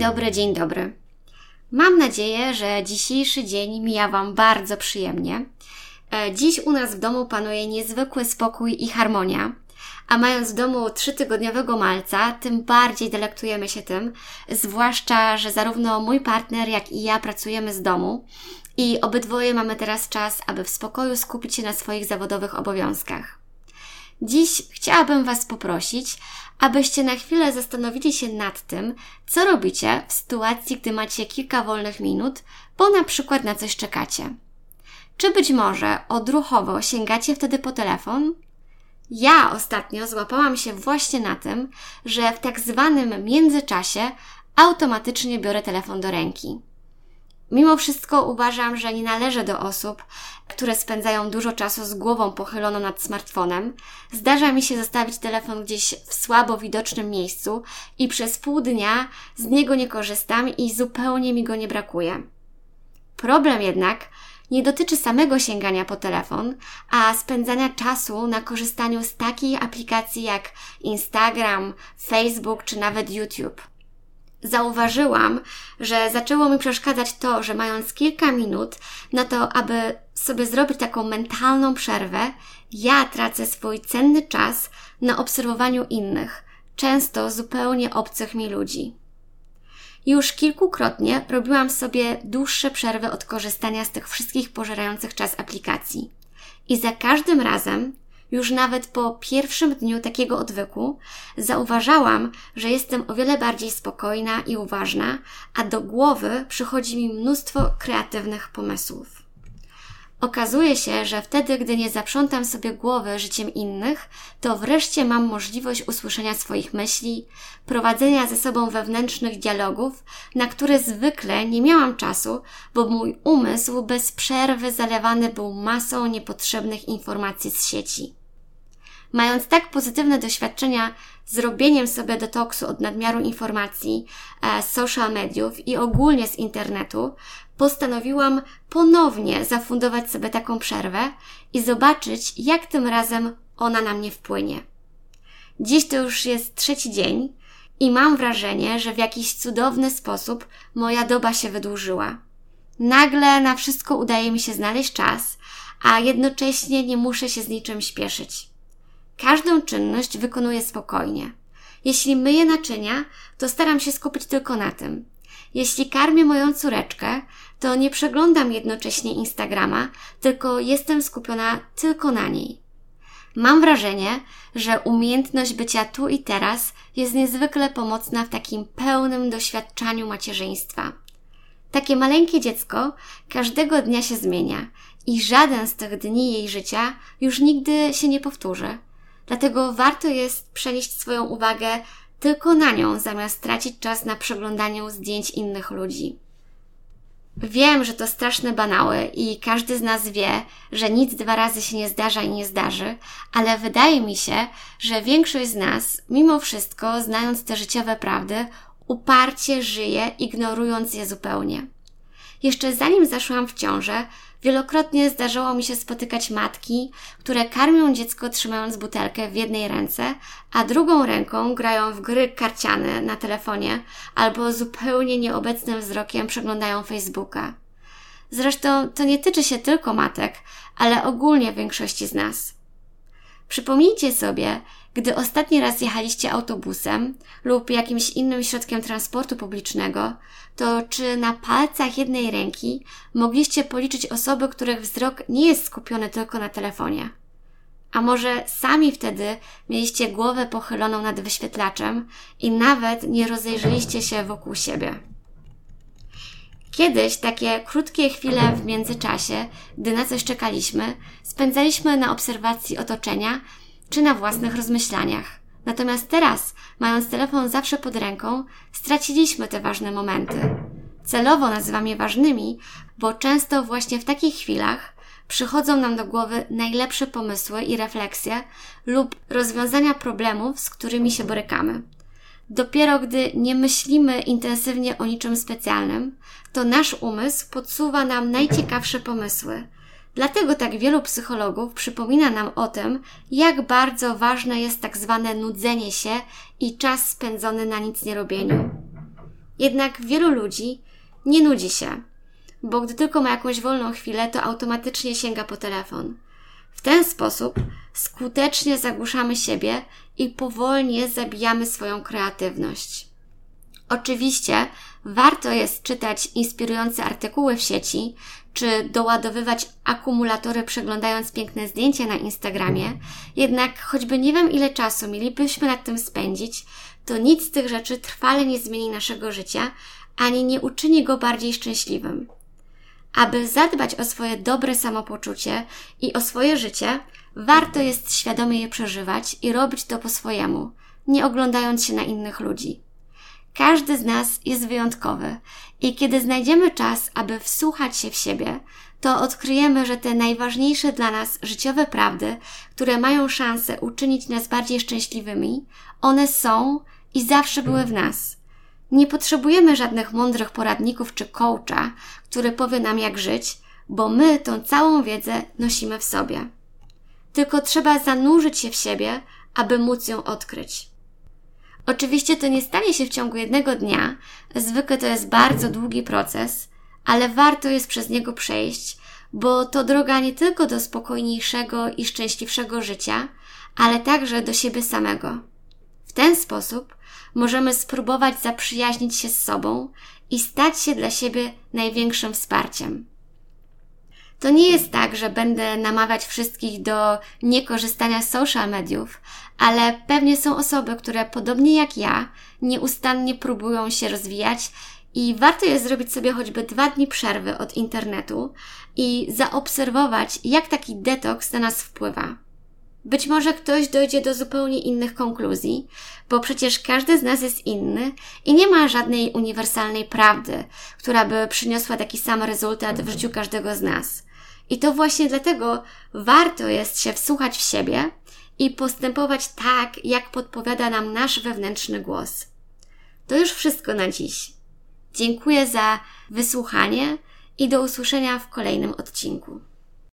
Dzień dobry. Mam nadzieję, że dzisiejszy dzień mija Wam bardzo przyjemnie. Dziś u nas w domu panuje niezwykły spokój i harmonia, a mając w domu 3-tygodniowego malca, tym bardziej delektujemy się tym, zwłaszcza, że zarówno mój partner, jak i ja pracujemy z domu i obydwoje mamy teraz czas, aby w spokoju skupić się na swoich zawodowych obowiązkach. Dziś chciałabym Was poprosić, abyście na chwilę zastanowili się nad tym, co robicie w sytuacji, gdy macie kilka wolnych minut, bo na przykład na coś czekacie. Czy być może odruchowo sięgacie wtedy po telefon? Ja ostatnio złapałam się właśnie na tym, że w tak zwanym międzyczasie automatycznie biorę telefon do ręki. Mimo wszystko uważam, że nie należę do osób, które spędzają dużo czasu z głową pochyloną nad smartfonem. Zdarza mi się zostawić telefon gdzieś w słabo widocznym miejscu i przez pół dnia z niego nie korzystam i zupełnie mi go nie brakuje. Problem jednak nie dotyczy samego sięgania po telefon, a spędzania czasu na korzystaniu z takiej aplikacji jak Instagram, Facebook czy nawet YouTube. Zauważyłam, że zaczęło mi przeszkadzać to, że mając kilka minut na to, aby sobie zrobić taką mentalną przerwę, ja tracę swój cenny czas na obserwowaniu innych, często zupełnie obcych mi ludzi. Już kilkukrotnie robiłam sobie dłuższe przerwy od korzystania z tych wszystkich pożerających czas aplikacji. I za każdym razem, już nawet po pierwszym dniu takiego odwyku, zauważałam, że jestem o wiele bardziej spokojna i uważna, a do głowy przychodzi mi mnóstwo kreatywnych pomysłów. Okazuje się, że wtedy, gdy nie zaprzątam sobie głowy życiem innych, to wreszcie mam możliwość usłyszenia swoich myśli, prowadzenia ze sobą wewnętrznych dialogów, na które zwykle nie miałam czasu, bo mój umysł bez przerwy zalewany był masą niepotrzebnych informacji z sieci. Mając tak pozytywne doświadczenia z robieniem sobie detoksu od nadmiaru informacji z social mediów i ogólnie z internetu, postanowiłam ponownie zafundować sobie taką przerwę i zobaczyć, jak tym razem ona na mnie wpłynie. Dziś to już jest 3. dzień i mam wrażenie, że w jakiś cudowny sposób moja doba się wydłużyła. Nagle na wszystko udaje mi się znaleźć czas, a jednocześnie nie muszę się z niczym śpieszyć. Każdą czynność wykonuję spokojnie. Jeśli myję naczynia, to staram się skupić tylko na tym. Jeśli karmię moją córeczkę, to nie przeglądam jednocześnie Instagrama, tylko jestem skupiona tylko na niej. Mam wrażenie, że umiejętność bycia tu i teraz jest niezwykle pomocna w takim pełnym doświadczaniu macierzyństwa. Takie maleńkie dziecko każdego dnia się zmienia i żaden z tych dni jej życia już nigdy się nie powtórzy. Dlatego warto jest przenieść swoją uwagę tylko na nią, zamiast tracić czas na przeglądaniu zdjęć innych ludzi. Wiem, że to straszne banały i każdy z nas wie, że nic 2 razy się nie zdarza i nie zdarzy, ale wydaje mi się, że większość z nas, mimo wszystko, znając te życiowe prawdy, uparcie żyje, ignorując je zupełnie. Jeszcze zanim zaszłam w ciążę, wielokrotnie zdarzało mi się spotykać matki, które karmią dziecko trzymając butelkę w jednej ręce, a drugą ręką grają w gry karciane na telefonie albo zupełnie nieobecnym wzrokiem przeglądają Facebooka. Zresztą to nie tyczy się tylko matek, ale ogólnie większości z nas. Przypomnijcie sobie, gdy ostatni raz jechaliście autobusem lub jakimś innym środkiem transportu publicznego, to czy na palcach jednej ręki mogliście policzyć osoby, których wzrok nie jest skupiony tylko na telefonie? A może sami wtedy mieliście głowę pochyloną nad wyświetlaczem i nawet nie rozejrzeliście się wokół siebie? Kiedyś takie krótkie chwile w międzyczasie, gdy na coś czekaliśmy, spędzaliśmy na obserwacji otoczenia czy na własnych rozmyślaniach. Natomiast teraz, mając telefon zawsze pod ręką, straciliśmy te ważne momenty. Celowo nazywam je ważnymi, bo często właśnie w takich chwilach przychodzą nam do głowy najlepsze pomysły i refleksje lub rozwiązania problemów, z którymi się borykamy. Dopiero gdy nie myślimy intensywnie o niczym specjalnym, to nasz umysł podsuwa nam najciekawsze pomysły. Dlatego tak wielu psychologów przypomina nam o tym, jak bardzo ważne jest tak zwane nudzenie się i czas spędzony na nic nie robieniu. Jednak wielu ludzi nie nudzi się, bo gdy tylko ma jakąś wolną chwilę, to automatycznie sięga po telefon. W ten sposób skutecznie zagłuszamy siebie i powolnie zabijamy swoją kreatywność. Oczywiście warto jest czytać inspirujące artykuły w sieci, czy doładowywać akumulatory przeglądając piękne zdjęcia na Instagramie, jednak choćby nie wiem ile czasu mielibyśmy nad tym spędzić, to nic z tych rzeczy trwale nie zmieni naszego życia, ani nie uczyni go bardziej szczęśliwym. Aby zadbać o swoje dobre samopoczucie i o swoje życie, warto jest świadomie je przeżywać i robić to po swojemu, nie oglądając się na innych ludzi. Każdy z nas jest wyjątkowy i kiedy znajdziemy czas, aby wsłuchać się w siebie, to odkryjemy, że te najważniejsze dla nas życiowe prawdy, które mają szansę uczynić nas bardziej szczęśliwymi, one są i zawsze były w nas. Nie potrzebujemy żadnych mądrych poradników czy coacha, który powie nam jak żyć, bo my tą całą wiedzę nosimy w sobie. Tylko trzeba zanurzyć się w siebie, aby móc ją odkryć. Oczywiście to nie stanie się w ciągu jednego dnia, zwykle to jest bardzo długi proces, ale warto jest przez niego przejść, bo to droga nie tylko do spokojniejszego i szczęśliwszego życia, ale także do siebie samego. W ten sposób możemy spróbować zaprzyjaźnić się z sobą i stać się dla siebie największym wsparciem. To nie jest tak, że będę namawiać wszystkich do niekorzystania z social mediów, ale pewnie są osoby, które podobnie jak ja nieustannie próbują się rozwijać i warto jest zrobić sobie choćby 2 dni przerwy od internetu i zaobserwować, jak taki detoks na nas wpływa. Być może ktoś dojdzie do zupełnie innych konkluzji, bo przecież każdy z nas jest inny i nie ma żadnej uniwersalnej prawdy, która by przyniosła taki sam rezultat w życiu każdego z nas. I to właśnie dlatego warto jest się wsłuchać w siebie i postępować tak, jak podpowiada nam nasz wewnętrzny głos. To już wszystko na dziś. Dziękuję za wysłuchanie i do usłyszenia w kolejnym odcinku.